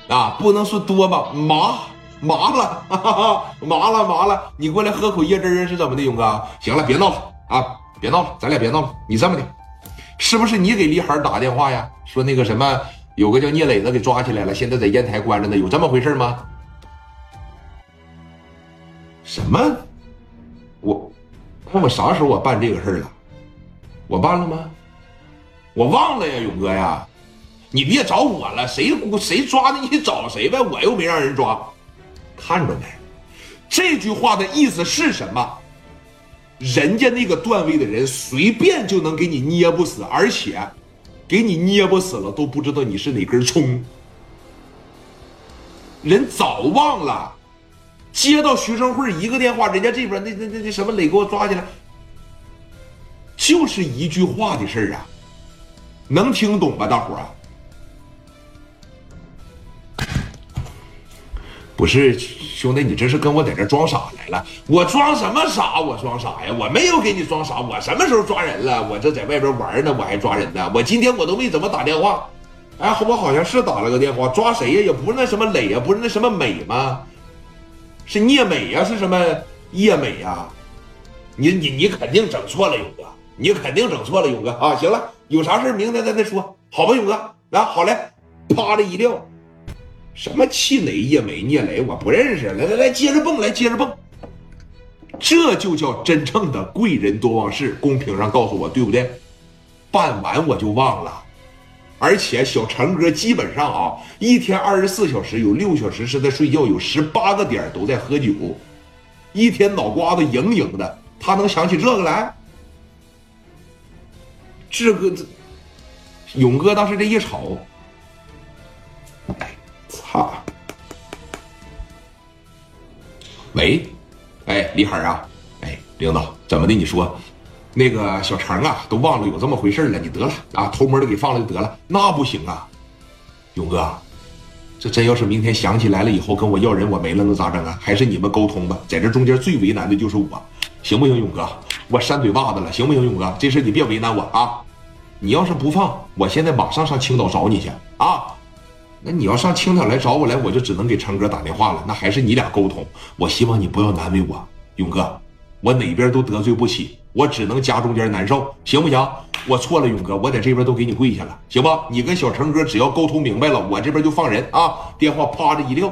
啊，不能说多吧，麻了，哈哈，麻了，你过来喝口椰汁是怎么的，勇哥？行了，别闹了啊，别闹了，咱俩别闹了。你这么的，是不是你给李海打电话呀？说那个什么，有个叫聂磊的给抓起来了，现在在烟台关着呢，有这么回事吗？什么？我啥时候我办这个事了？我办了吗？我忘了呀，勇哥呀，你别找我了，谁抓的你找谁呗，我又没让人抓。看着没？这句话的意思是什么？人家那个段位的人随便就能给你捏不死，而且给你捏不死了都不知道你是哪根葱。人早忘了，接到学生会一个电话，人家这边那什么磊给我抓起来，就是一句话的事啊，能听懂吧，大伙啊？不是兄弟，你这是跟我在这装傻来了？我装什么傻？我装傻呀？我没有给你装傻，我什么时候抓人了？我这在外边玩呢，我还抓人呢？我今天我都没怎么打电话。哎，我好像是打了个电话，抓谁呀？也不是那什么磊呀，不是那什么美吗？是聂美呀？是什么叶美呀？你肯定整错了，勇哥，你肯定整错了，勇哥啊！行了，有啥事明天咱再说，好吧，勇哥啊，好嘞，啪的一撂。什么气磊、叶美、聂磊，我不认识。来，接着蹦，来接着蹦。这就叫真正的贵人多忘事。公屏上告诉我对不对？办完我就忘了。而且小陈哥基本上啊，一天24小时有6小时是在睡觉，有18个点都在喝酒，一天脑瓜子盈盈的，他能想起这个来？这个勇哥当时这一吵，操！喂，哎，李海啊，哎，领导，怎么的？你说，那个小程啊，都忘了有这么回事了，你得了啊，偷摸的给放了就得了，那不行啊，勇哥，这真要是明天想起来了以后跟我要人，我没了能咋整啊？还是你们沟通吧，在这中间最为难的就是我，行不行，勇哥？我扇嘴巴子了，行不行，勇哥？这事你别为难我啊！你要是不放，我现在马上上青岛找你去啊！那你要上青岛来找我来，我就只能给程哥打电话了。那还是你俩沟通。我希望你不要难为我，勇哥，我哪边都得罪不起，我只能夹中间难受，行不行？我错了，勇哥，我在这边都给你跪下了，行吧？你跟小程哥只要沟通明白了，我这边就放人啊！电话啪的一撂。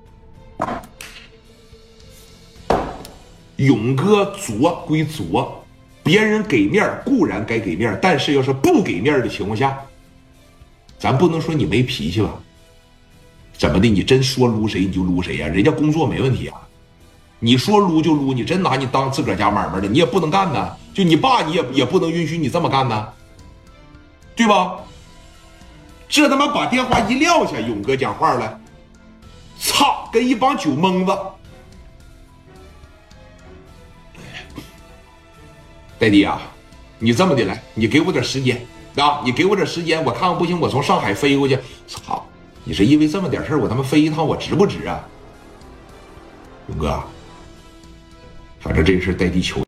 勇哥作归作，别人给面固然该给面，但是要是不给面的情况下，咱不能说你没脾气吧？怎么的？你真说撸谁你就撸谁呀？人家工作没问题啊，你说撸就撸，你真拿你当自个儿家买卖的，你也不能干呢。就你爸，你也不能允许你这么干呢，对吧？这他妈把电话一撂下，勇哥讲话了，操，跟一帮酒蒙子。戴弟啊，你这么的来，你给我点时间啊！你给我点时间，我看看不行，我从上海飞过去。操，你是因为这么点事我他妈飞一趟，我值不值啊？勇哥，反正这个事戴弟求。